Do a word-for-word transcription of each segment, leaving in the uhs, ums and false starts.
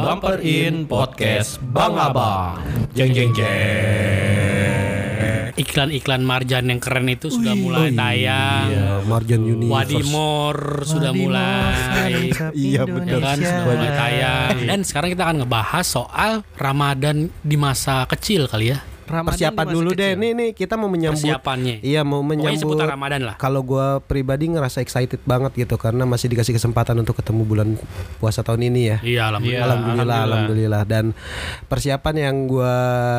Bumper In Podcast Bang Abang. Jeng jeng jeng. Iklan-iklan Marjan yang keren itu sudah mulai tayang. Iya, Marjan Universe. Wadimor sudah mulai. Iya benar kan sudah mulai tayang. Dan sekarang kita akan ngebahas soal Ramadan di masa kecil kali ya. Ramadan persiapan dulu kecil. deh. Nih nih kita mau menyambut. Persiapannya. Iya mau menyambut. Pokoknya seputar Ramadan lah. Kalau gue pribadi ngerasa excited banget gitu karena masih dikasih kesempatan untuk ketemu bulan puasa tahun ini ya. Iya alhamdulillah. Alhamdulillah, alhamdulillah. Dan persiapan yang gue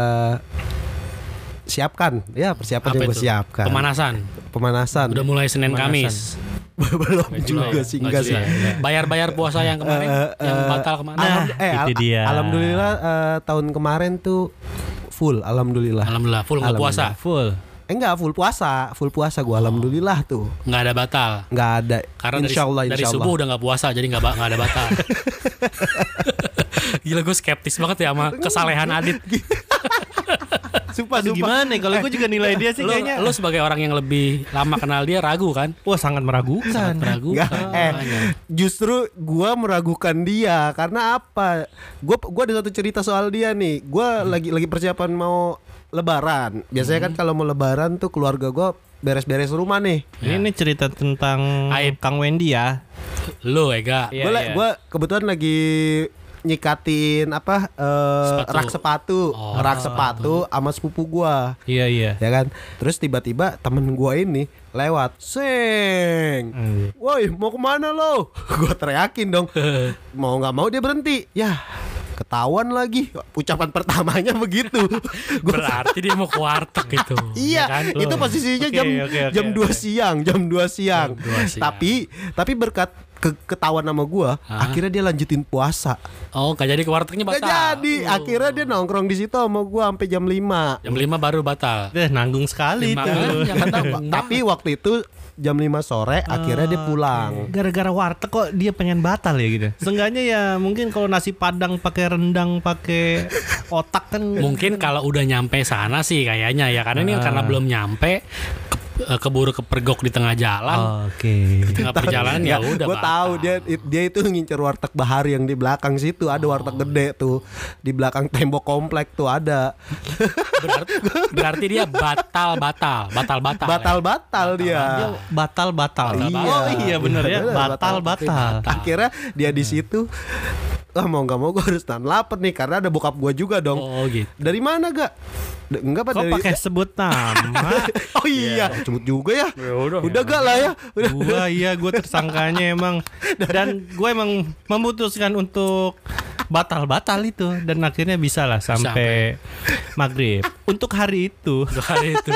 siapkan, ya persiapan apa yang gue itu? siapkan. Pemanasan. Pemanasan. Udah mulai Senin Pemanasan. Kamis. Belum juga ya? sih enggak sih. Ya. Bayar-bayar puasa yang kemarin, uh, uh, yang batal kemana? Nah, eh, itu al- dia. Alhamdulillah uh, tahun kemarin tuh full, alhamdulillah. Alhamdulillah full nggak puasa. Full. Eh enggak full puasa, full puasa gue alhamdulillah tuh. Nggak ada batal. Nggak ada. Karena insyaallah, dari, dari insyaallah. subuh udah nggak puasa jadi nggak nggak ada batal. Gila gue skeptis banget ya sama kesalehan Adit. Sumpah, Aduh, sumpah. gimana kalau gue juga nilai dia sih Lo, kayaknya. lo sebagai orang yang lebih lama kenal dia ragu kan? Wah sangat meragukan. Sangat meragukan. Nggak, eh, justru gue meragukan dia karena apa? Gue gue ada satu cerita soal dia nih. Gue hmm. lagi lagi persiapan mau Lebaran. Biasanya hmm. kan kalau mau Lebaran tuh keluarga gue beres-beres rumah nih. Ya. Ini cerita tentang Aib. Kang Wendy ya. Lo Ega. Iya, Gue iya. gue kebetulan lagi nyikatin apa uh, Sepatu. rak sepatu, Oh, rak sepatu sama sepupu gua, Iya iya. ya kan. Terus tiba-tiba temen gua ini lewat, seng, Hmm. woi mau kemana lo? Gua teriakin dong, mau nggak mau dia berhenti, ya ketahuan lagi ucapan pertamanya begitu. Gua Berarti dia mau ke warteg gitu. Iya, ya kan? itu posisinya Oke, jam oke, oke, jam dua oke. siang, jam dua siang. Jam dua siang. Tapi tapi berkat ke ketahuan sama gua, Hah? akhirnya dia lanjutin puasa. Oh, gak jadi ke wartegnya Gak batal. jadi, Oh. akhirnya dia nongkrong di situ sama gua sampai jam lima. Jam lima baru batal. Deh nanggung sekali Lima itu. kan? Ya, kata, Tapi waktu itu jam lima sore akhirnya dia pulang. Gara-gara warteg kok dia pengen batal ya gitu. Seenggaknya ya mungkin kalau nasi padang pakai rendang pakai otak kan mungkin kalau udah nyampe sana sih kayaknya ya karena ini Ah. karena belum nyampe ke- eh, keburu kepergok di tengah jalan. Oke. Di tengah perjalanan ya udah. Gue batal. tahu dia dia itu ngincer warteg Bahari yang di belakang situ ada warteg gede tuh di belakang tembok komplek tuh ada. Berarti, berarti dia batal batal batal batal. Batal batal dia. Dia batal-batal. Iya. Oh iya bener ya, Bener, batal-batal. Akhirnya dia di situ. Wah mau nggak mau gue harus tahan lapar nih karena ada bokap gue juga dong. Oh gitu. Dari mana gak? D- Enggak pak Kok dari. pakai sebut nama? Oh iya, sebut juga ya. udah. Udah gak lah ya. Udah. Gua iya gue tersangkanya emang. Dan gue emang memutuskan untuk batal-batal itu. Dan akhirnya bisa lah sampai maghrib. Untuk hari itu. Untuk hari itu.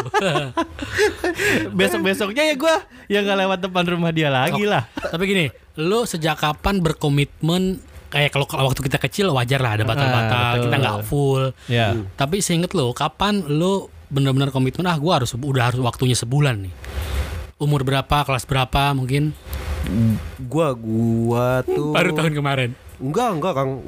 Besok-besoknya ya gue ya gak lewat depan rumah dia lagi Oh, lah. Tapi gini, lo sejak kapan berkomitmen kayak kalau kalau waktu kita kecil wajar lah ada batal-batal, Ah, betul. kita nggak full. Ya. Tapi seinget lo, kapan lo benar-benar komitmen ah gue harus udah harus waktunya sebulan nih. Umur berapa, kelas berapa mungkin? Gua gua tuh. Baru tahun kemarin. Enggak enggak Kang.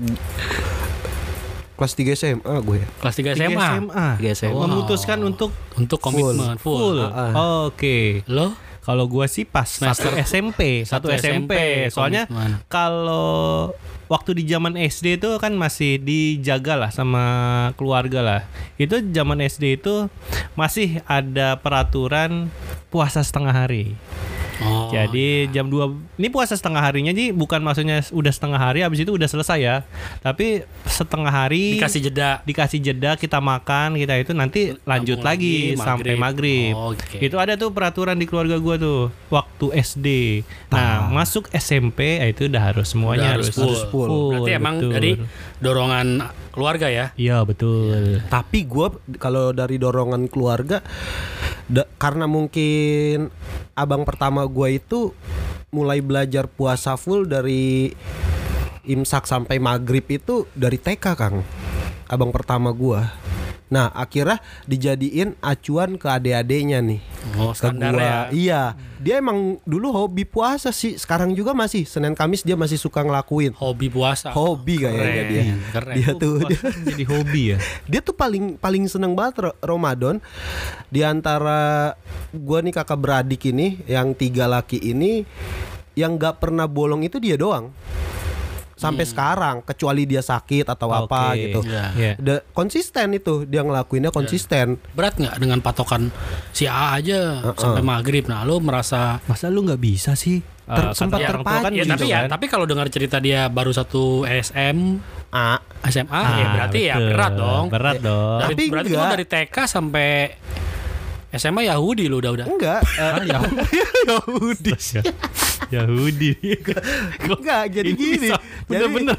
Kelas tiga S M A gue ya. Kelas tiga S tiga M A. S M A. tiga S M A. Wow. Memutuskan untuk Untuk komitmen full. full. Ah, Oke. Lo? Kalau gua sih pas Semester. satu S M P, satu Satu S M P. S M P, Soalnya komitmen. kalau waktu di zaman S D itu kan masih dijaga lah sama keluarga lah. Itu zaman S D itu masih ada peraturan puasa setengah hari. Oh, Jadi jam dua ini puasa setengah harinya jadi bukan maksudnya udah setengah hari habis itu udah selesai ya. Tapi setengah hari dikasih jeda. dikasih jeda kita makan kita itu nanti lanjut Sambung lagi, lagi, sampai maghrib. maghrib. Oh, oke. Itu ada tuh peraturan di keluarga gua tuh waktu S D. Nah, masuk S M P ya itu udah harus semuanya Udah harus, harus full. Berarti emang betul. dari dorongan keluarga ya. Iya, betul. Tapi gue kalau dari dorongan keluarga da- karena mungkin abang pertama gue itu mulai belajar puasa full dari imsak sampai maghrib itu dari T K Kang. Abang pertama gue. Nah akhirnya dijadiin acuan ke adik-adiknya nih. Oh, Ke standar gua. ya. Iya. Dia emang dulu hobi puasa sih. Sekarang juga masih Senin Kamis dia masih suka ngelakuin. Hobi puasa. Hobi kayaknya dia. Keren. Dia tuh dia, Puasa jadi hobi ya. dia tuh paling paling seneng banget Ro- Ramadan di antara gua nih kakak beradik ini yang tiga laki ini yang nggak pernah bolong itu dia doang. sampai Hmm. sekarang, kecuali dia sakit atau apa Oke. gitu. Iya. Iya. Da- konsisten itu dia ngelakuinnya konsisten. Berat nggak dengan patokan si A aja sampai maghrib? Nah, lo merasa Masa lu nggak bisa sih? Ter- Eh, kata sempat orang tua kan ya, gitu tapi ya, kan. tapi kalau dengar cerita dia baru satu S M, A. S M A, Ah, ya berarti ya betul. berat dong. Berat dong. Dari, Tapi berarti lo enggak. dari T K sampai S M A Yahudi lo udah udah. Enggak. eh, Yahudi. Yahudi. enggak, jadi gini. Bener-bener.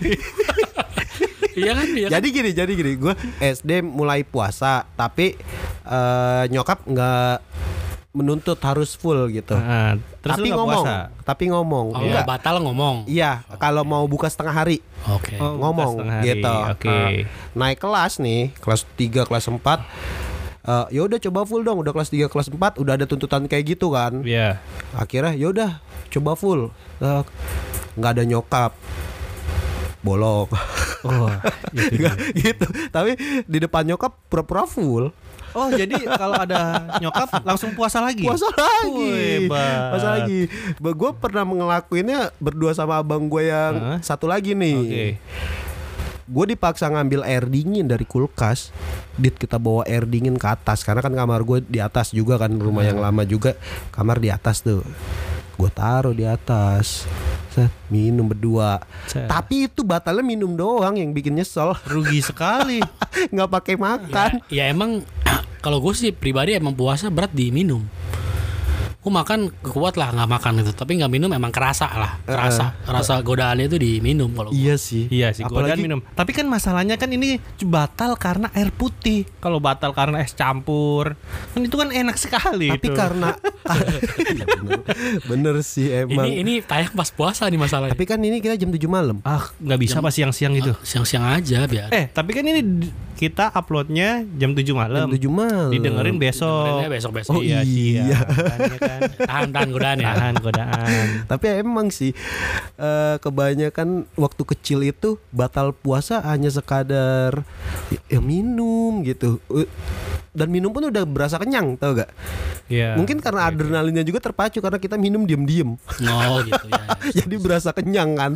Iya kan? Iya kan? Jadi gini, jadi gini, gue S D mulai puasa, tapi eh, nyokap nggak menuntut harus full gitu. Nah, terus tapi lu nggak ngomong, puasa? tapi ngomong, Oh, enggak. batal ngomong. Iya, kalau mau buka setengah hari Oke. Oh, ngomong buka setengah hari. gitu. Oke. Nah, naik kelas nih, kelas tiga, kelas empat. eh, ya udah coba full dong, udah kelas tiga, kelas empat udah ada tuntutan kayak gitu kan. Iya. Akhirnya ya udah coba full. Eh, nggak ada nyokap. Bolong. Oh, gitu. Nggak, gitu. Tapi di depan nyokap pura-pura full. Oh, jadi kalau ada nyokap langsung puasa lagi. Puasa lagi. Wih, hebat. Puasa lagi. Gue pernah ngelakuinnya berdua sama abang gue yang Hah? satu lagi nih. Oke. Gue dipaksa ngambil air dingin dari kulkas. Dit, kita bawa air dingin ke atas karena kan kamar gue di atas juga kan, rumah yang lama juga, kamar di atas tuh. Gue taruh di atas. Set, minum berdua. Set. Tapi itu batalnya minum doang yang bikin nyesel. Rugi sekali. Nggak pakai makan. Ya emang kalau gue sih pribadi emang puasa berat di minum. Gue makan kuat lah nggak makan itu, tapi nggak minum emang kerasa lah, kerasa, rasa godaannya itu di minum kalau. Iya sih. Iya sih, godaan Apalagi minum. Tapi kan masalahnya kan ini batal karena air putih. Kalau batal karena es campur, kan itu kan enak sekali. Tapi itu. karena Iya, bener, bener sih emang. Ini ini tayang pas puasa nih masalahnya. Tapi kan ini kita jam tujuh malam. ah nggak bisa pas siang-siang itu. Siang-siang aja biar. Eh tapi kan ini d- kita uploadnya jam tujuh malam. Jam tujuh malam. Didengerin besok. Dengerinnya besok-besok. Oh, iya. makanya kan. Tahan-tahan godaan ya. Tahan godaan. Tapi emang sih eh, kebanyakan waktu kecil itu batal puasa hanya sekadar ya, ya minum gitu. Eh, Dan minum pun udah berasa kenyang, tau gak? Iya. Mungkin karena adrenalinnya juga terpacu karena kita minum diem-diem. Oh gitu ya. Jadi berasa kenyang kan.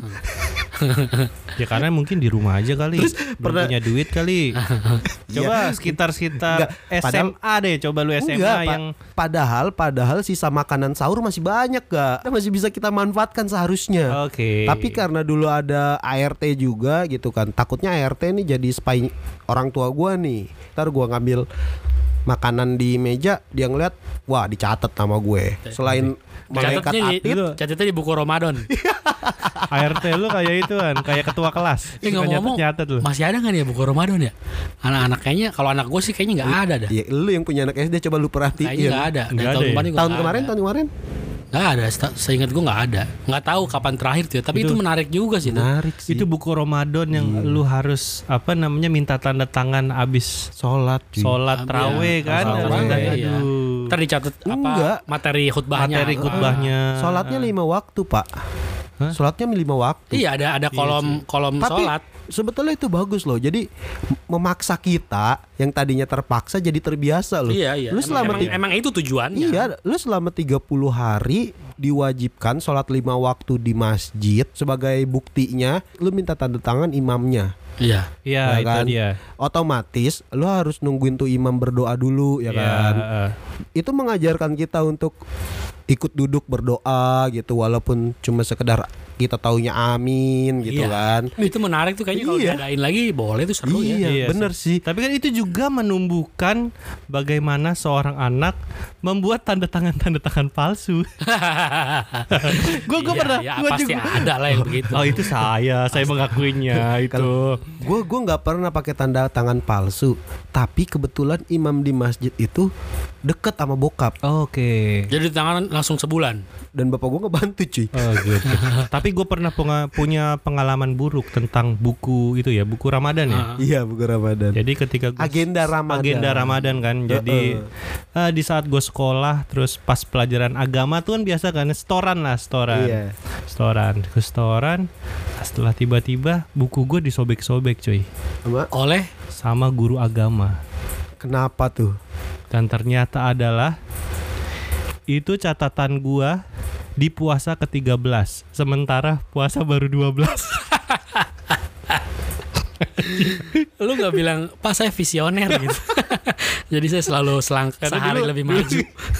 Ya karena mungkin di rumah aja kali. Belum pernah- punya duit kali. Coba Iya. sekitar-sekitar Enggak, S M A deh. Coba lu S M A Enggak, Pak. yang Padahal padahal sisa makanan sahur masih banyak gak? Masih bisa kita manfaatkan seharusnya. Oke. Tapi karena dulu ada A R T juga gitu kan. Takutnya A R T nih jadi spy orang tua gua nih. Ntar gua ngambil makanan di meja, dia ngeliat, wah dicatat nama gue. Selain malaikat Catatnya di, atid, catatnya di buku Ramadan. A R T lu kayak itu kan, kayak ketua kelas. Eh Suka ngomong-ngomong, nyatet-nyatet lu. masih ada nggak nih ya buku Ramadan ya? Anak-anak kayaknya, kalau anak gue sih kayaknya nggak ada dah. ya lu yang punya anak S D coba lu perhatiin. Kayaknya nggak ada. Dan Nggak tahun ada ya? kemarin juga Tahun nggak kemarin, ada. tahun kemarin Nggak ada. Seta- Seingat gue nggak ada. Nggak tahu kapan terakhir tuh. Ya. Tapi itu, Itu- menarik juga sih. tuh. menarik sih. Itu buku Ramadan yang lu harus apa namanya minta tanda tangan abis sholat. cuy. sholat Iya, terawih kan. sholat Harus tarawih, tanda- iya. aduh. Ntar dicatat apa Enggak. materi khutbahnya. Materi khutbahnya. Sholatnya lima waktu pak. Hah? Sholatnya lima waktu. Iya ada ada kolom kolom Tapi sholat. sebetulnya itu bagus loh. Jadi m- memaksa kita yang tadinya terpaksa jadi terbiasa loh. Iya iya. Lu Emang, selama emang, ti- emang itu tujuannya. Iya, lu selama tiga puluh hari diwajibkan sholat lima waktu di masjid. Sebagai buktinya lu minta tanda tangan imamnya. Iya. Iya Ya itu kan? dia. Otomatis lu harus nungguin tuh imam berdoa dulu ya Iya, kan. eh. Itu mengajarkan kita untuk ikut duduk berdoa gitu, walaupun cuma sekedar kita taunya amin gitu Iya. kan. Itu menarik tuh kayaknya kalau Iya. diadain lagi boleh tuh seru ya. Iya, Iya bener sih. Tapi kan itu juga menumbuhkan bagaimana seorang anak membuat tanda tangan-tanda tangan palsu. Gue gue Iya, pernah, iya, gue pasti juga. ada lah yang begitu. Oh itu saya, saya mengakuinya itu. Gue gue nggak pernah pakai tanda tangan palsu, tapi kebetulan imam di masjid itu deket sama bokap Oke. Jadi tangan langsung sebulan. dan bapak gue ngebantu cuy. Oh gitu. Tapi gue pernah punga- punya pengalaman buruk tentang buku itu ya, buku Ramadan ya. Ah. Iya, bukan Ramadan. Jadi ketika gua, Agenda Ramadan. agenda Ramadan kan. Jadi eh, di saat gue sekolah, terus pas pelajaran agama tuh kan biasa kan setoran lah, setoran. Iya. Setoran, ke setoran. Setelah tiba-tiba buku gue disobek-sobek cuy Sama, Oleh sama guru agama. kenapa tuh? Dan ternyata adalah itu catatan gua di puasa ke tiga belas, sementara puasa baru dua belas. Lu nggak bilang, Pak saya visioner gitu. Jadi saya selalu selang Karena sehari dulu- lebih dulu maju.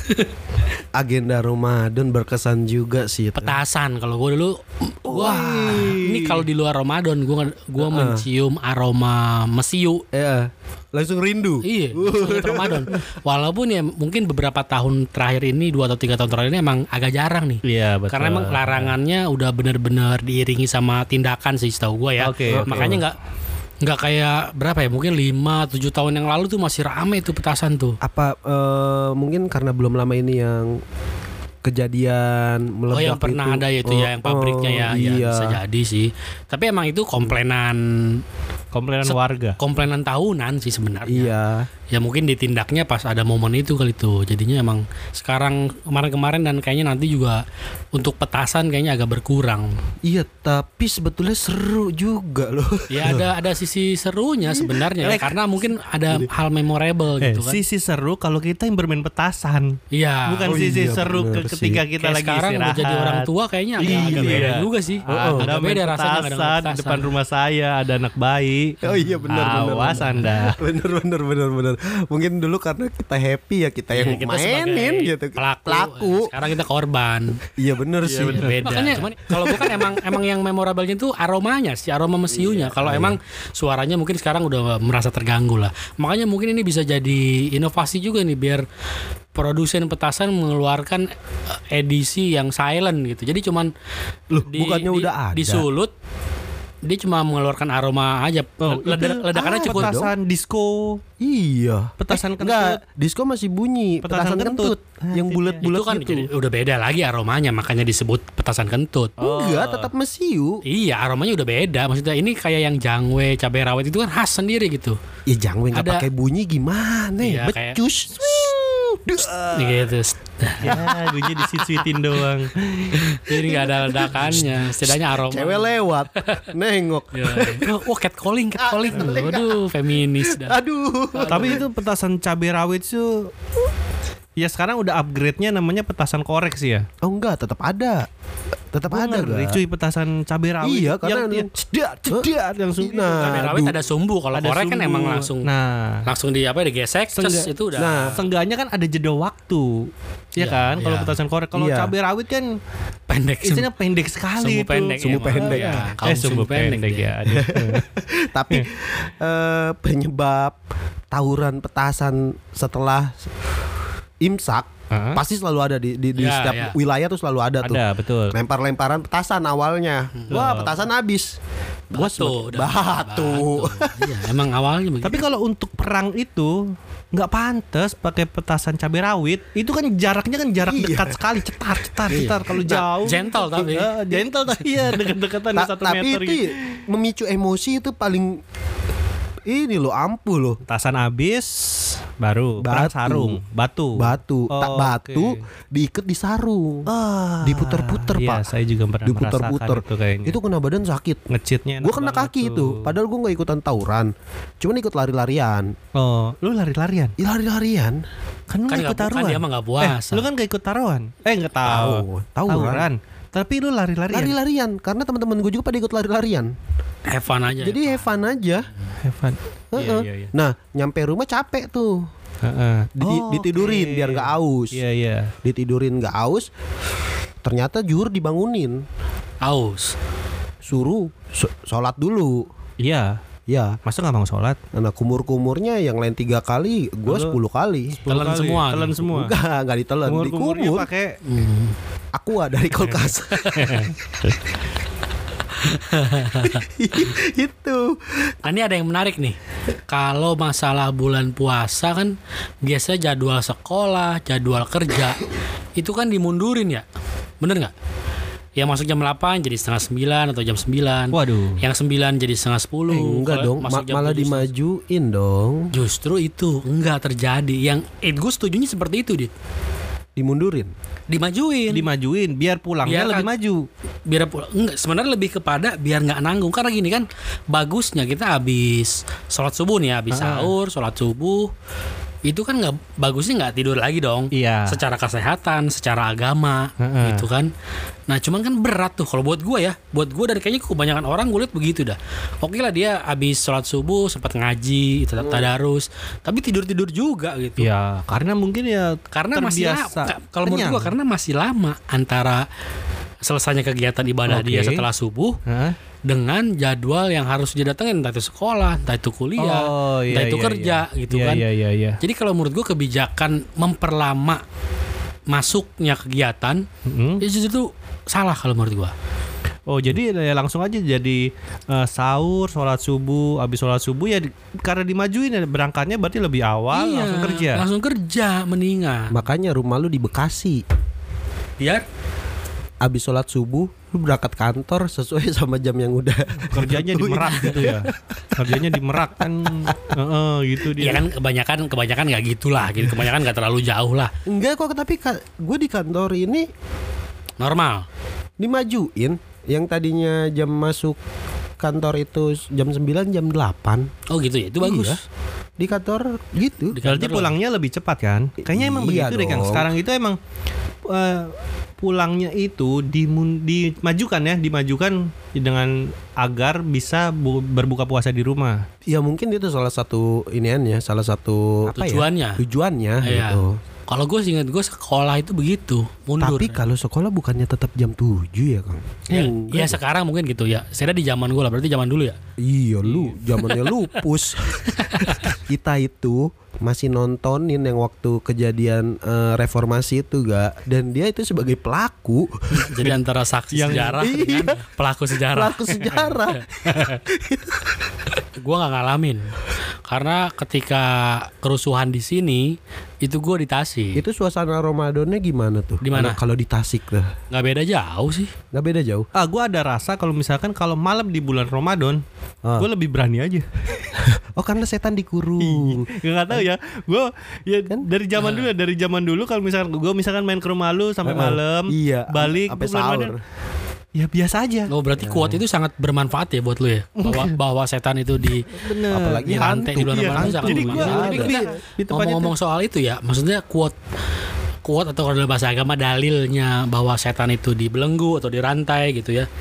Agenda Ramadan berkesan juga sih itu. Petasan kalau gue dulu, wah ini kalau di luar Ramadan gue gue mencium aroma mesiu. Ya, langsung rindu. Iya, langsung ingat Ramadan. Walaupun ya mungkin beberapa tahun terakhir ini, dua atau tiga tahun terakhir ini emang agak jarang nih. Iya betul. Karena emang larangannya udah bener-bener diiringi sama tindakan sih setahu gue ya. Oke, oke. Makanya nggak nggak kayak berapa ya, mungkin lima tujuh tahun yang lalu tuh masih rame tuh petasan tuh. Apa eh, mungkin karena belum lama ini yang kejadian meledak Oh yang pernah itu. ada ya itu Oh, ya yang pabriknya oh, ya, ya iya. bisa jadi sih. Tapi emang itu komplainan komplainan Se- warga. komplainan tahunan sih sebenarnya. Iya. Ya mungkin ditindaknya pas ada momen itu kali itu. Jadinya emang sekarang kemarin-kemarin dan kayaknya nanti juga untuk petasan kayaknya agak berkurang. Iya, tapi sebetulnya seru juga loh. Ya ada ada sisi serunya sebenarnya ya, karena mungkin ada hal memorable Eh, gitu kan. sisi seru kalau kita yang bermain petasan. Iya. Bukan Oh sisi iya, seru bener ke- ketika sih. kita Kayak lagi sekarang udah istirahat. jadi orang tua kayaknya agak, agak Iya. beda juga sih. Anda agak main beda rasanya kadang petasan di depan rumah saya ada anak bayi. Oh iya, benar, benar, Awas benar. Anda. Bener bener bener bener. Mungkin dulu karena kita happy ya kita yang Iya, kita mainin sebagai gitu. pelaku, Pelaku. sekarang kita korban. Iya bener sih. Ya, beda. Makanya cuman kalau bukan emang emang yang memorable-nya itu aromanya sih, aroma mesiunya. Kalau emang suaranya mungkin sekarang udah merasa terganggu lah. Makanya mungkin ini bisa jadi inovasi juga nih biar produsen petasan mengeluarkan eh, edisi yang silent gitu. Jadi cuman Loh, bukannya udah ada? disulut, dia cuma mengeluarkan aroma aja. Oh, Leda- itu ledakannya ah, cukup. petasan disco. Iya. Petasan Eh, enggak, kentut. disco masih bunyi. Petasan Petasan, kentut, kentut. Ah, yang itu bulat-bulat Itu kan gitu. jadi udah beda lagi aromanya, makanya disebut petasan kentut. Enggak, tetap mesiu. Iya, aromanya udah beda. Maksudnya ini kayak yang jangwe, cabai rawit itu kan khas sendiri gitu. Ya jangwe nggak Ada- pakai bunyi gimana? Iya, ya? kayak- Becus. Gitu. Ya, bunyi disisuitin doang. Jadi nggak ada ledakannya. Setidaknya aroma. Cewek lewat, nengok. Ya. Oh, oh, catcalling, catcalling. Waduh, feminis dah. Aduh. Tapi itu petasan cabai rawit itu ya sekarang udah upgrade-nya namanya petasan korek sih ya. Oh enggak, tetap ada. Tetap Gua ada ngeri, gak? cuy petasan cabai rawit. Iya, karena yang, yang cedak cedak langsung gitu. Nah, Cabai rawit du- ada sumbu. Kalau Ada korek kan sumbu. emang langsung Nah, langsung di apa digesek, Sengga- ces, itu udah. Nah, seenggaknya kan ada jeda waktu. Iya, Ya kan? Kalau iya. petasan korek, kalau Iya. cabai rawit kan pendek. isinya pendek sekali Sumbu pendek, itu. Sumbu emang. pendek. Ya, Eh, kaum sumbu pendek, dia. ya. Aduh. Tapi eh, penyebab tawuran petasan setelah imsak Hah? pasti selalu ada di di, di Ya, setiap ya. wilayah tuh selalu ada, tuh. Ada, betul. Lempar-lemparan petasan awalnya. Wah, petasan habis. Gua Batu, sempet- udah. batu. Iya, emang awalnya begitu. Tapi kalau untuk perang itu nggak pantas pakai petasan cabai rawit. Itu kan jaraknya kan jarak Iya. dekat sekali, cetar cetar cetar. Kalau jauh gentle tapi. Eh, gentle tapi ya dekat-dekatan Ta- satu tapi meter itu gitu. memicu emosi itu paling ini loh, ampuh loh. Petasan habis baru perang Batu. sarung, batu. Batu, tak Oh, batu oke. diikat di sarung. Ah, Diputer-puter, iya, Pak. saya juga pernah Diputer-puter. merasakan itu kayaknya. Itu kena badan sakit. ngecitnya enak Gue kena banget kaki tuh. itu. Padahal gue nggak ikutan tawuran. Cuman ikut lari-larian. Oh, lu lari-larian? Ya, lari-larian. Kan lu Kan nggak ikut nggak- kan taruhan. dia mah nggak puasa. Eh, lu kan gak ikut taruhan. Eh, nggak tahu. Tahu, tawuran. Tapi lu lari-larian. Lari-larian. Karena teman-teman gue juga pada ikut lari-larian. Have fun aja. Jadi have fun aja. Evan. Heeh. Iya, iya, iya. Nah, nyampe rumah capek tuh. Heeh. Di- Oh, ditidurin oke. biar nggak aus. Iya, iya. Ditidurin nggak aus. Ternyata juhur dibangunin. aus. Suruh so- sholat dulu. Iya. Ya. Masa nggak mau sholat? Nah, kumur-kumurnya yang lain tiga kali, gue Lu- sepuluh kali. Telan Kali. semua. Telan semua. Enggak, enggak ditelan, Kumur-kumurnya dikumur. pakai Aqua dari kulkas. Itu. Nah, ini ada yang menarik nih. Kalau masalah bulan puasa kan biasanya jadwal sekolah, jadwal kerja itu kan dimundurin ya. Bener nggak? Yang masuk jam delapan jadi setengah sembilan atau jam sembilan. Waduh. Yang sembilan jadi setengah sepuluh. Eh, enggak Kalau dong, masuk ma- jam malah tujuh, dimajuin dong. justru itu enggak terjadi. Yang eh, gue setujunya seperti itu, Dit. Dimundurin. Dimajuin. dimajuin biar pulangnya Biar lebih kan- maju. biar pulang enggak, sebenarnya lebih kepada biar nggak nanggung, karena gini kan bagusnya kita habis sholat subuh nih ya, habis Ah. sahur sholat subuh itu kan nggak bagusnya nggak tidur lagi dong. Iya. Secara kesehatan, secara agama, Heeh. gitu kan. Nah cuman kan berat tuh kalau buat gue ya, buat gue dan kayaknya kebanyakan orang gue lihat begitu dah. Oke lah dia habis sholat subuh sempat ngaji, tetap tadarus, tapi tidur tidur juga gitu. Ya, karena mungkin ya Karena masih lama, terbiasa ka- kalau menurut kenyang. gue karena masih lama antara selesainya kegiatan ibadah Oke. dia setelah subuh Hah? dengan jadwal yang harus dia datengin, entah itu sekolah, entah itu kuliah, Oh, entah iya, itu iya, kerja, iya. gitu Iya, kan. Iya, iya, iya. Jadi kalau menurut gue kebijakan memperlama masuknya kegiatan Mm-mm. itu itu salah kalau menurut gue. Oh, jadi ya langsung aja jadi eh, sahur, sholat subuh, habis sholat subuh ya di- karena dimajuin ya berangkatnya berarti lebih awal Iya, langsung kerja. Langsung kerja mendingan. Makanya rumah lu di Bekasi. Biar Abis sholat subuh lu berangkat kantor sesuai sama jam yang udah Kerjanya di Merak gitu ya. Kerjanya di Merak kan heeh, gitu ya dia. kan kebanyakan kebanyakan nggak gitulah, gitu. Kebanyakan nggak terlalu jauh lah. Enggak kok, tapi gue di kantor ini Normal. dimajuin. Yang tadinya jam masuk kantor itu jam sembilan, jam delapan. Oh gitu ya, itu bagus. Iya. Di kantor gitu. Di Berarti kantor pulangnya lebih cepat kan? Kayaknya emang Iya begitu deh Kang. dong. Sekarang itu emang eh, pulangnya itu dimun- dimajukan ya, dimajukan dengan agar bisa bu- berbuka puasa di rumah. Ya mungkin itu salah satu iniannya, salah satu apa Tujuannya. ya? Tujuannya Iya. gitu. Kalau gue ingat gue sekolah itu begitu, mundur. Tapi kalau sekolah bukannya tetap jam tujuh ya, Kang? ya, Enggak ya deh. sekarang mungkin gitu ya. Saya di zaman gue lah, berarti zaman dulu ya. Iya lu, zamannya lupus. Kita itu masih nontonin yang waktu kejadian eh, reformasi itu gak, dan dia itu sebagai pelaku. Jadi antara saksi Yang- sejarah Iya. dengan pelaku sejarah. Pelaku sejarah. Gue nggak ngalamin karena ketika kerusuhan di sini itu gue di Tasik. Itu suasana Ramadannya gimana tuh? Di mana? Kalau kalau di Tasik tuh Nggak beda jauh sih. nggak beda jauh. Ah, gue ada rasa kalau misalkan kalau malam di bulan Ramadan, Ah. gue lebih berani aja. Oh karena setan dikurung. Ya nggak tahu ya. Gue ya Kan? dari zaman dulu ya, dari zaman dulu kalau misalkan gue misalkan main ke rumah lu sampai Heeh. malam, Iya, balik sampai bulan sahur. Ramadan, ya biasa aja. Oh berarti quote itu sangat bermanfaat ya buat lu ya. Bahwa bahwa setan itu di Bener. Apalagi di rantai di bulan Iya, Ramadan hantu. sangat Jadi bagus. gue Jadi ada. kita di, di tempatnya ngomong-ngomong soal itu ya, maksudnya quote quote atau kalau dalam bahasa agama dalilnya bahwa setan itu dibelenggu atau dirantai gitu ya.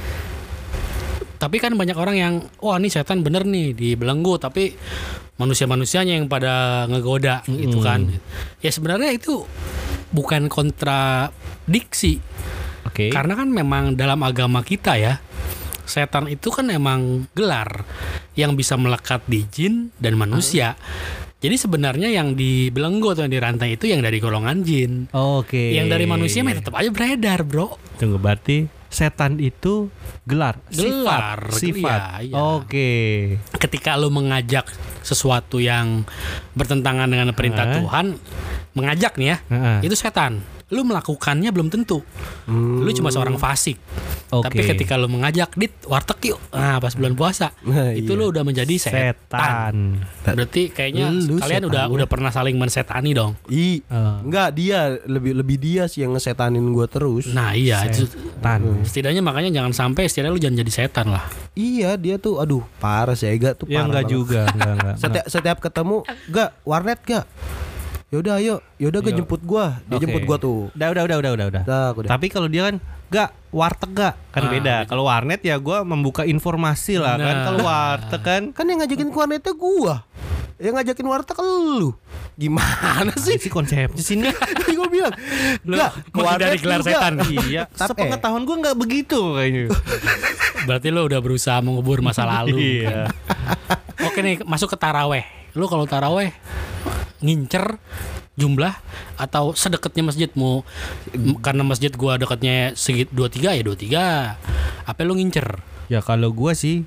Tapi kan banyak orang yang wah ini setan bener nih dibelenggu, tapi manusia-manusianya yang pada ngegoda gitu kan. Ya sebenarnya itu bukan kontradiksi. Oke. Karena kan memang dalam agama kita ya, setan itu kan emang gelar yang bisa melekat di jin dan manusia. Jadi sebenarnya yang dibelenggu atau yang dirantai itu yang dari golongan jin. Oke. Yang dari manusia mah tetap aja beredar, bro. Tunggu, berarti setan itu gelar, Gelar, sifat, sifat. iya, iya. Oke. Ketika lo mengajak sesuatu yang bertentangan dengan perintah Hah? Tuhan, mengajak nih ya, Heeh. itu setan. Lu melakukannya belum tentu. Lu cuma seorang fasik. Oke. Tapi ketika lu mengajak, dit warteg yuk. Nah, pas bulan puasa, Nah, itu iya. lu udah menjadi setan. Setan. Berarti kayaknya Lu kalian udah setannya. udah pernah saling mensetani dong. I, Eh. enggak, dia lebih lebih dia sih yang ngesetanin gua terus. Nah, iya itu Setan. setidaknya makanya jangan sampai setidaknya lu jangan jadi setan lah. Iya, dia tuh aduh parah sih, Ega tuh Ya parah enggak banget. juga, enggak enggak. Setiap setiap ketemu, enggak warnet gak? Yaudah ayo, yaudah gue Yuk. jemput gua, dia Oke. jemput gua tuh. Udah, udah, udah, udah, udah, udah. Udah, aku udah. Tapi kalau dia kan enggak warteg enggak kan Ah, beda. gitu. Kalau warnet ya gua membuka informasi lah kan. Nah. Kalau warteg kan Kan yang ngajakin ke warnetnya gua, yang ngajakin warteg lu. Gimana sih? sih konsepnya sini. Tadi gua bilang, Lu enggak, ke menghindari warnet gelar juga. setan. Iya, Tapi- sepengetahuan gua enggak begitu kayaknya. Berarti lu udah berusaha mengubur masa lalu. Iya. Oke nih, masuk ke taraweh. Lu kalau taraweh ngincer jumlah atau sedekatnya masjid mau m- karena masjid gua dekatnya segit dua puluh tiga ya dua puluh tiga. Apa lu ngincer? Ya kalau gua sih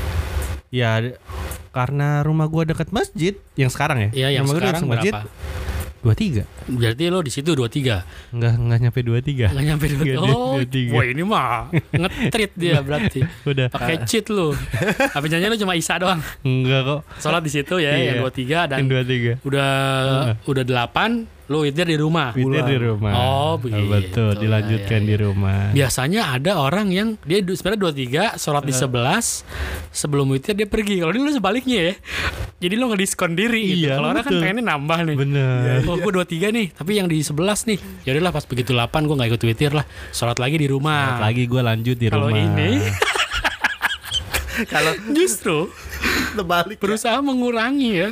ya karena rumah gua dekat masjid yang sekarang ya. Iya, yang rumah gua dekat sekarang masjid berapa? dua puluh tiga. Berarti lo di situ dua puluh tiga. Enggak enggak nyampe dua puluh tiga. Enggak nyampe dua puluh tiga. Nggak, Oh, dua puluh tiga. wah ini mah ngetrit dia berarti. Udah. Pakai cheat lu. Tapi jangan lu cuma Isa doang. Enggak kok. Sholat di situ ya Iya. yang dua puluh tiga dan Yang dua puluh tiga. udah udah delapan lu witir di rumah. Witir di rumah. Oh, begitu. Betul, dilanjutkan Ya, ya, di rumah. Biasanya ada orang yang dia du- sebenarnya dua puluh tiga sholat di sebelas sebelum witir dia pergi. Kalau ini lu sebaliknya ya. Jadi lo ngediskon diri gitu. Iya, Kalau orang kan betul. pengennya nambah nih. Bener. Oh gue dua puluh tiga nih, tapi yang di sebelas nih. Ya udahlah pas begitu delapan gue enggak ikut witir lah. Sholat lagi di rumah. Lagi gue lanjut di Kalau rumah. ini Kalau justru terbalik. berusaha mengurangi ya.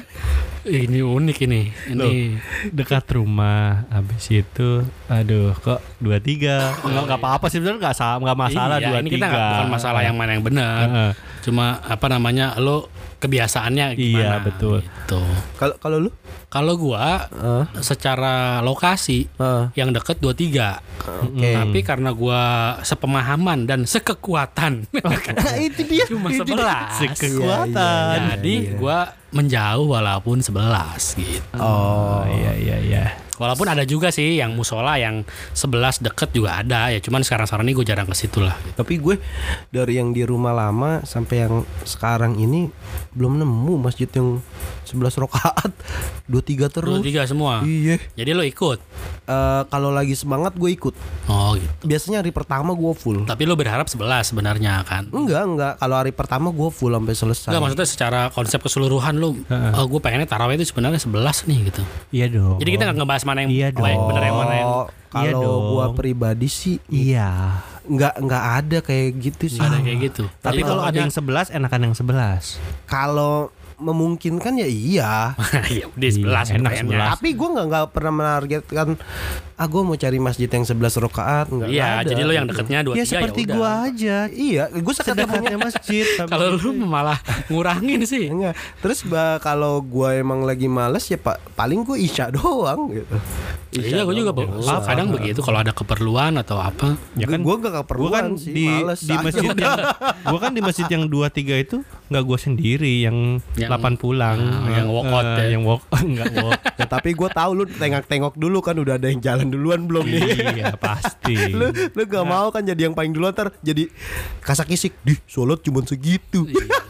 Ini unik ini. Ini Loh, dekat rumah, habis itu, aduh, kok dua tiga Enggak enggak apa-apa sih, sebenarnya enggak salah, enggak masalah iya, dua tiga ini kita nggak- bukan masalah yang mana yang benar. Heeh. Cuma apa namanya lo kebiasaannya gimana? Iya, betul. Gitu. Kalau kalau lu? Kalau gua Heeh. secara lokasi Heeh. yang deket dua puluh tiga. Oke. Tapi karena gua sepemahaman dan sekekuatan Nah, itu dia. cuma Itu dia. sebelas. Kekuatan. Jadi gua menjauh walaupun sebelas gitu. Oh, iya iya iya. Walaupun ada juga sih yang musola yang sebelas deket juga ada ya. Cuman sekarang-sekarang ini gue jarang ke situ lah. tapi gue dari yang di rumah lama sampai yang sekarang ini belum nemu masjid yang sebelas rakaat, dua tiga Dua terus. tiga semua. Iya. Jadi lo ikut. Eh, kalau lagi semangat gue ikut. Oh gitu. Biasanya hari pertama gue full. Tapi lo berharap sebelas sebenarnya kan? Enggak, enggak. Kalau hari pertama gue full sampai selesai. Enggak, maksudnya secara konsep keseluruhan lo, oh, gue pengennya tarawih itu sebenarnya sebelas nih gitu. Iya dong. Jadi kita nggak ngebahas mana yang Iya baik, dong. bener yang mana yang Oh, Iya kalau dong. gua pribadi sih Iya. nggak nggak ada kayak gitu sih. ada kayak gitu. Tapi Jadi kalau ada pokoknya- yang sebelas, enakan yang sebelas. Kalau memungkinkan ya iya. ya udah sebelas Iya, enak pengennya. sebelas. Tapi gue nggak nggak pernah menargetkan. Ah gue mau cari masjid yang sebelas rakaat. Nggak Iya, ada. jadi lo yang deketnya dua Ya tiga seperti udah. gua aja. Iya, gue sekedar Sedekatnya masjid. Kalau lu malah ngurangin sih. Enggak. Terus ba, kalau gue emang lagi males ya pak, paling gue isya doang gitu. Iya, gue juga doang. oh, kadang begitu kalau ada keperluan atau apa. Ya kan gue gak gua keperluan kan sih, di males. di masjid yang gua kan di masjid yang dua tiga itu nggak gua sendiri yang, Yang- delapan pulang Ah, yang walk out Eh, ya. yang walk enggak walk. Ya, tapi gue tahu lu tengok-tengok dulu kan udah ada yang jalan duluan belum nih. Iya pasti. lu lu gak mau kan jadi yang paling duluan, ntar jadi kasak kisik di sholat cuma segitu.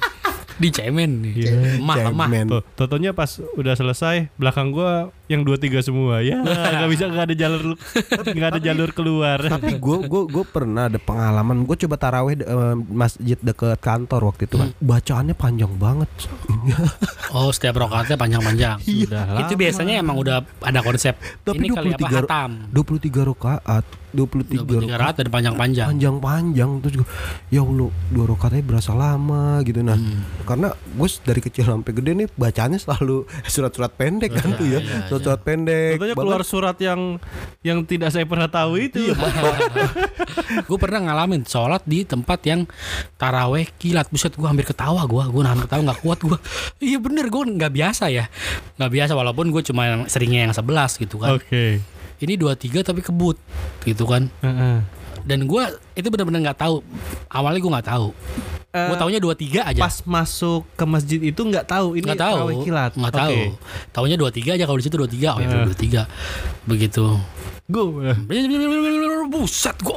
Dicemen nih. Iya. Mah, mah. Cemen. Tuh, totonya pas udah selesai belakang gua yang dua tiga semua ya nggak bisa nggak ada jalur nggak ada jalur keluar. Tapi gue gue gue pernah ada pengalaman, gue coba taraweh eh, masjid deket kantor waktu itu kan, bacaannya panjang banget. Oh, setiap rakaatnya panjang-panjang. Sudah Itu lama. biasanya emang udah ada konsep. Tapi Ini kali apa dua puluh tiga hatam. dua puluh tiga rakaat, dua puluh dua tiga puluh tiga rakaat dan panjang-panjang. panjang-panjang. Terus gue, ya Allah, dua rakaatnya berasa lama gitu. Nah, Hmm. karena gue dari kecil sampai gede nih bacaannya selalu surat-surat pendek kan tuh ya, iya, surat-surat pendek. Totonya Bahkan- keluar surat yang yang tidak saya pernah tahu itu. Gue pernah ngalamin sholat di tempat yang taraweh kilat. Buset, gue hampir ketawa gue. Gue hampir ketawa nggak kuat gue. Iya bener, gue nggak biasa ya. Nggak biasa walaupun gue cuma yang seringnya yang sebelas gitu kan. Oke. Ini dua tiga tapi kebut gitu kan. Heeh. Dan gue itu benar-benar nggak tahu. Awalnya gue nggak tahu. Gue taunya dua tiga aja. Pas masuk ke masjid itu nggak tahu ini Nggak tahu. tarawih kilat. Nggak tahu. Oke. Taunya dua tiga aja, kalau di situ dua tiga. Oh ya Eh. dua tiga. Begitu. Gue Buset gue.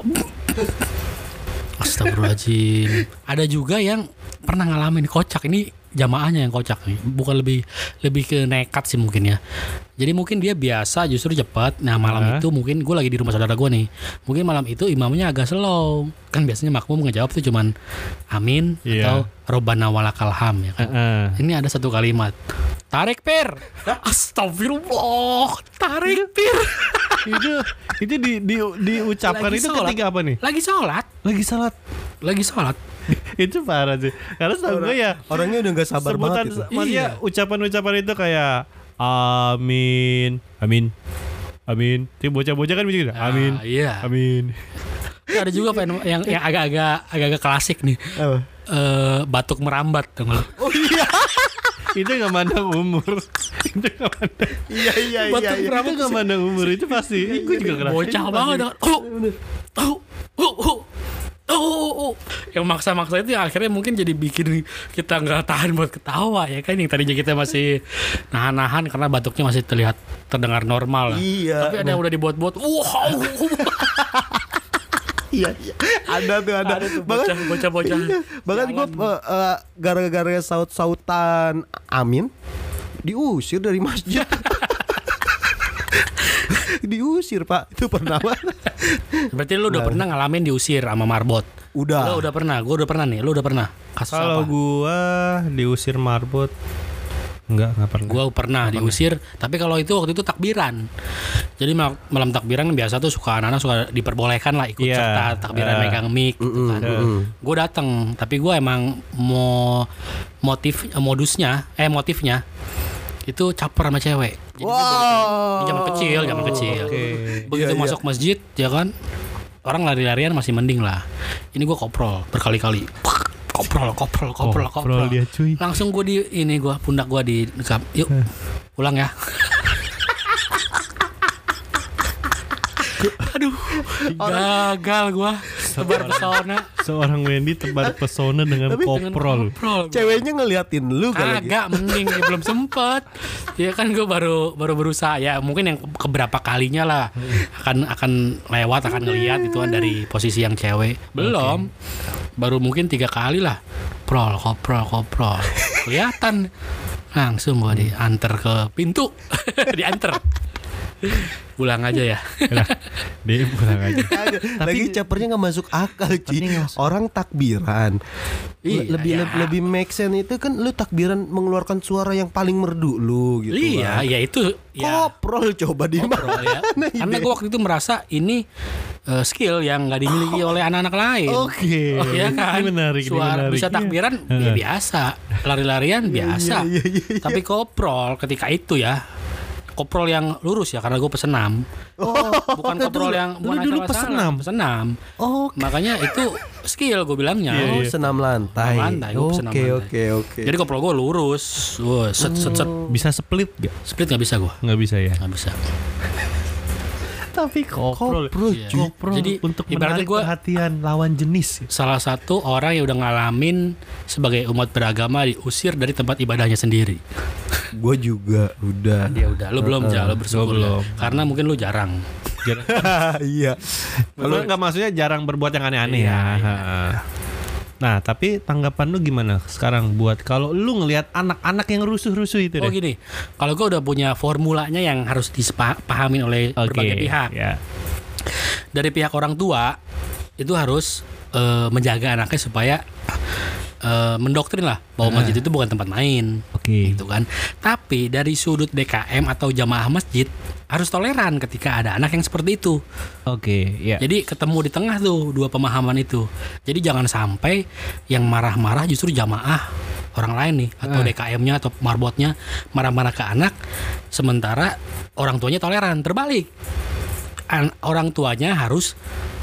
Astagfirullahaladzim. Ada juga yang pernah ngalamin kocak. Ini jamaahnya yang kocak nih. Bukan lebih lebih ke nekat sih mungkin ya. Jadi mungkin dia biasa justru cepat. Nah malam Hah? itu mungkin gue lagi di rumah saudara gue nih. Mungkin malam itu imamnya agak slow. Kan biasanya makmum ngejawab tuh cuman amin Iya. atau robbana walakal ham ya kan. Heeh. Ini ada satu kalimat. Tarik pir. Astagfirullah. Tarik pir. itu itu di, di diucapkan Lagi itu sholat. ketika apa nih? Lagi sholat. Lagi salat. Lagi sholat. Itu parah sih. Karena setahu gue ya Orangnya udah gak sabar sebutan banget itu. maksudnya Iya. ucapan-ucapan itu kayak amin, amin, amin. Tapi bocah-bocah kan begitu. Amin, Ah, iya. amin. Ada juga pen- yang yang agak-agak agak-agak klasik nih. Apa? Eh, batuk merambat tuh. Oh iya. Itu nggak mandang umur. Itu nggak mandang. Iya iya iya. Batuk iya. merambat Itu nggak mandang umur itu pasti. Gue juga ngerasain. bocah itu banget. pasti. Oh, oh, oh, oh, oh, oh. Yang maksa-maksa itu yang akhirnya mungkin jadi bikin kita nggak tahan buat ketawa ya kan. Yang tadinya kita masih nahan-nahan karena batuknya masih terlihat terdengar normal lah. Iya. Tapi ada yang udah dibuat-buat. Wow. Iya, iya. Ada tuh ada. Ada tuh Bahkan bocah- bocah-bocah. iya. Bahkan gue uh, gara-gara saut-sautan amin diusir dari masjid. Diusir pak, itu pernah banget. Berarti lu udah pernah ngalamin diusir sama marbot? Udah. Lu udah pernah, gue udah pernah nih. Lu udah pernah? Kasus Kalau apa? gua diusir marbot Enggak, enggak pernah. Gue pernah diusir, tapi kalau itu waktu itu takbiran. Jadi mal- malam takbiran kan biasa tuh suka anak-anak suka diperbolehkan lah ikut Iya. serta takbiran Uh. megang mic gitu kan. Gue datang, tapi gue emang mau motif modusnya, eh motifnya itu caper sama cewek. Jadi Wow. ini zaman kecil, zaman kecil. Oke. Begitu Iya, iya. masuk masjid ya kan, orang lari-larian masih mending lah. Ini gue koprol berkali-kali. Koprol, koprol, koprol, koprol. Koprol dia, cuy. Langsung gue di ini gue pundak gue di dekap. Yuk, pulang ya. Aduh, gagal gue. Tebar pesona. Seorang Wendy tebar pesona dengan koprol. Koprol. Ceweknya ngeliatin lu kan lagi. Kagak, mending ya, belum sempet. Ya kan gue baru baru berusaha ya, mungkin yang ke- keberapa kalinya lah akan akan lewat, akan ngelihat itu kan dari posisi yang cewek. Belum. Baru mungkin tiga kali lah. Prol, koprol, koprol. Kelihatan. Langsung gue diantar ke pintu. Diantar. Pulang aja ya. Nah, dia pulang aja. Kagak. Lagi capernya nggak masuk akal, Ci. Tapi nggak masuk. Orang takbiran. Iya, lebih ya. le- lebih make sense itu kan lu takbiran mengeluarkan suara yang paling merdu lu gitu. Iya, kan. ya itu ya. Koprol coba di Koprol ya. mana Karena ide? gue waktu itu merasa ini eh, skill yang nggak dimiliki oleh anak-anak lain. Oke. Iya kan? Ini menarik, ini Suara menarik. bisa takbiran ya biasa, lari-larian biasa. iya, iya, iya. Tapi koprol ketika itu ya, koprol yang lurus ya karena gue pesenam. Bukan koprol yang dulu- bukan dulu asal-asalan, pesenam? pesenam. Oh, Makanya itu skill gue bilangnya. oh, senam lantai. Senam lantai, gua Oke, senam lantai. oke, oke. Jadi koprol gue lurus, Wah, set set set. Bisa split gak? Split nggak bisa gue, Nggak bisa ya. nggak bisa. Tapi koprol. Koprol, Iya. cuy. Koprol Jadi, untuk ibaratnya menarik gua- perhatian lawan jenis. Salah satu orang yang udah ngalamin sebagai umat beragama diusir dari tempat ibadahnya sendiri. Gue juga udah. Ya udah, lu belum ja, lu bersyukur Gua belum. ya. Karena mungkin lu jarang. Jarang. Iya. Kalau nggak maksudnya jarang berbuat yang aneh-aneh Iya, ya. iya. Ha. Nah, tapi tanggapan lu gimana sekarang buat kalau lu ngelihat anak-anak yang rusuh-rusuh itu Oh deh? gini, kalau gue udah punya formulanya yang harus dipahami oleh Oke, berbagai pihak. ya. Dari pihak orang tua itu harus eh, menjaga anaknya supaya eh, mendoktrin lah bahwa masjid itu bukan tempat main. Oke. Gitu kan. Tapi dari sudut D K M atau jamaah masjid harus toleran ketika ada anak yang seperti itu. Oke, ya. Jadi ketemu di tengah tuh dua pemahaman itu. Jadi jangan sampai yang marah-marah justru jamaah orang lain nih atau Ah. D K M-nya atau marbotnya marah-marah ke anak, sementara orang tuanya toleran. Terbalik, An- orang tuanya harus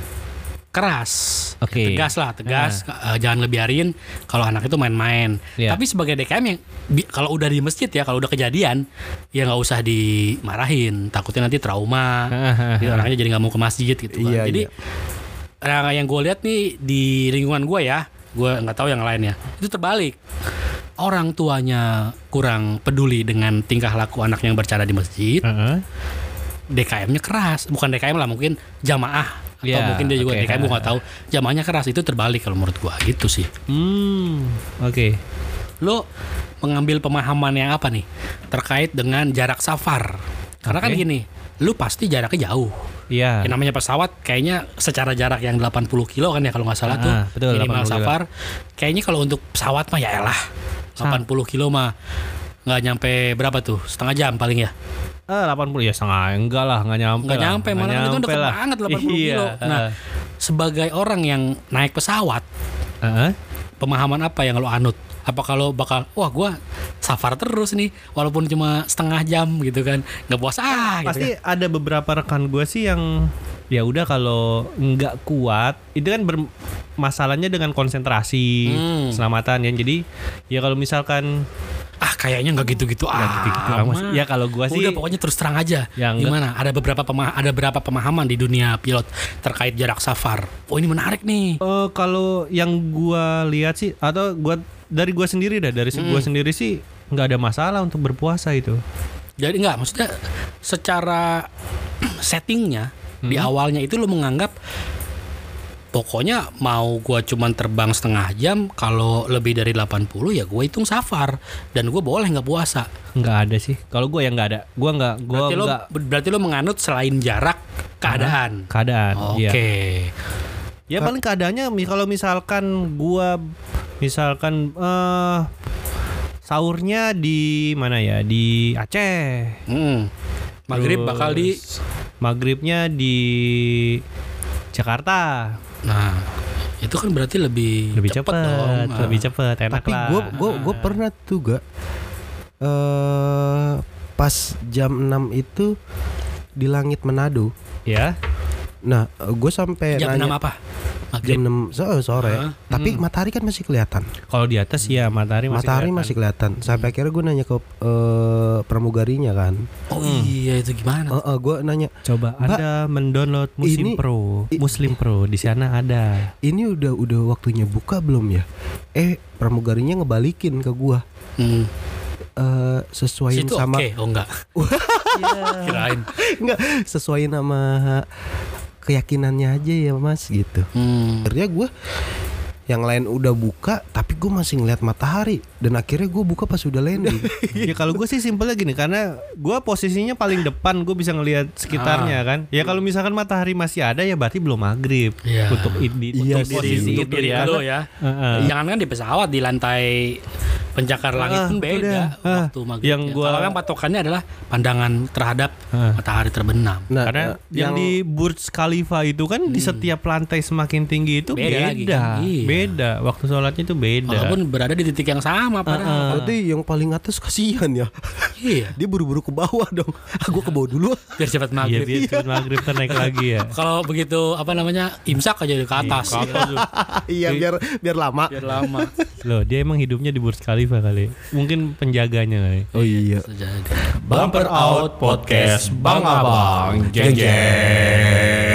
keras, Oke. tegas lah, tegas. Eh, jangan ngebiarin kalau anak itu main-main. Iya. Tapi sebagai D K M yang bi- kalau udah di masjid ya, kalau udah kejadian ya nggak usah dimarahin. Takutnya nanti trauma, gitu, anaknya jadi nggak mau ke masjid gitu kan. Iya, Jadi iya. nah, yang gue lihat nih di lingkungan gue ya, gue nggak tahu yang lainnya, itu terbalik. Orang tuanya kurang peduli dengan tingkah laku anak yang bercanda di masjid. Heeh. D K M-nya keras, bukan D K M lah, mungkin jamaah atau Ya, mungkin dia juga oke. D K M gue nggak tahu. Jamaahnya keras, itu terbalik kalau menurut gue gitu sih. Hmm, oke. Lo mengambil pemahaman yang apa nih terkait dengan jarak safar? Karena kan Oke. gini, lu pasti jaraknya jauh. Iya. Yang namanya pesawat kayaknya secara jarak yang delapan puluh kilo kan ya kalau nggak salah Ah, tuh betul, minimal delapan puluh kilo. safar. Kayaknya kalau untuk pesawat mah ya elah delapan puluh kilo mah nggak nyampe berapa tuh, setengah jam paling ya. Eh, delapan puluh ya setengah enggak lah, enggak nyampe. Nggak lah. nyampe, Nggak malah itu nyampe deket lah. banget delapan puluh Iya, kilo. Nah, eh. sebagai orang yang naik pesawat, Heeh. pemahaman apa yang lo anut? Apa kalau bakal wah gua safar terus nih walaupun cuma setengah jam gitu kan, nggak puas ah gitu Pasti kan. ada beberapa rekan gue sih yang ya udah kalau nggak kuat itu kan bermasalahnya dengan konsentrasi, Hmm. keselamatan ya. Jadi ya kalau misalkan Ah kayaknya nggak gitu-gitu nggak ah. gitu-gitu amat. Ya kalau gue sih Udah pokoknya terus terang aja. Ya, enggak. Gimana? Ada beberapa pema- ada berapa pemahaman di dunia pilot terkait jarak safar. Oh ini menarik nih. eh, kalau yang gue lihat sih atau gua dari gue sendiri dah dari Hmm. gue sendiri sih nggak ada masalah untuk berpuasa itu. Jadi enggak, maksudnya secara settingnya di Hmm. awalnya itu lo menganggap pokoknya mau gua cuman terbang setengah jam, kalau lebih dari delapan puluh ya gua hitung safar dan gua boleh nggak puasa. Nggak ada sih. Kalau gue yang nggak ada. Gue nggak. Gue Berarti lo nggak. berarti lo menganut selain jarak keadaan. Keadaan. Oke. Iya. Ya paling keadaannya mi- kalau misalkan gua misalkan eh sahurnya di mana ya? Di Aceh. Hmm. Maghrib Terus bakal di maghribnya di Jakarta. Nah, itu kan berarti lebih Lebih cepet cepet, dong. Nah. lebih cepet, enak Tapi lah. gue gue gue pernah tuh gak eh pas jam enam itu di langit Manado. Ya. Nah, gue sampai Jam nanya enam apa? jam Maghrib. enam so- sore. Ah, Tapi hmm. matahari kan masih kelihatan. Kalau di atas ya matahari masih matahari kelihatan. masih kelihatan. Sampai akhirnya gue nanya ke eh, pramugarinya kan. Oh iya, itu gimana? Heeh, gue nanya, Coba Mbak, Anda mendownload Muslim ini- Pro, i- Muslim Pro di sana ada. ini udah udah waktunya buka belum ya? Eh, pramugarinya ngebalikin ke gue. Hmm. Eh, sesuaiin Situ sama oke, oh enggak. Kirain. enggak sesuaiin sama keyakinannya aja ya mas gitu. Hmm. Akhirnya gue yang lain udah buka, tapi gue masih ngeliat matahari. Dan akhirnya gue buka pas udah landing. Ya kalau gue sih simpelnya gini, karena gue posisinya paling depan, gue bisa ngelihat sekitarnya Ah. kan. Ya kalau misalkan matahari masih ada ya berarti belum maghrib. Iya. Untuk i- di Iya untuk sih. posisi Untuk itu diri ya. lu ya. Heeh. Jangan kan di pesawat, di lantai pencakar langit Ah, pun itu beda dia. Ah, waktu maghrib. yang gua- Kalau yang patokannya adalah pandangan terhadap Ah. matahari terbenam. Nah, Karena eh, yang, di Burj Khalifa itu kan di setiap lantai semakin tinggi itu Beda beda, lagi kan? Iya. beda. Waktu sholatnya itu beda. Walaupun berada di titik yang sama padahal. berarti yang paling atas kasihan ya. Iya. Dia buru-buru ke bawah dong. Ah, gue ke bawah dulu. Biar cepat Iya, maghrib. biar cepet maghrib ntar naik lagi ya. Kalau begitu apa namanya imsak aja ke atas. Iya, ke atas tuh. Iya, biar biar lama. Biar lama. Loh, dia emang hidupnya di Burj Khalifa kali. Mungkin penjaganya kali. Oh iya. Bisa jadi. Bumper Out Podcast Bang Abang. Jeng jeng.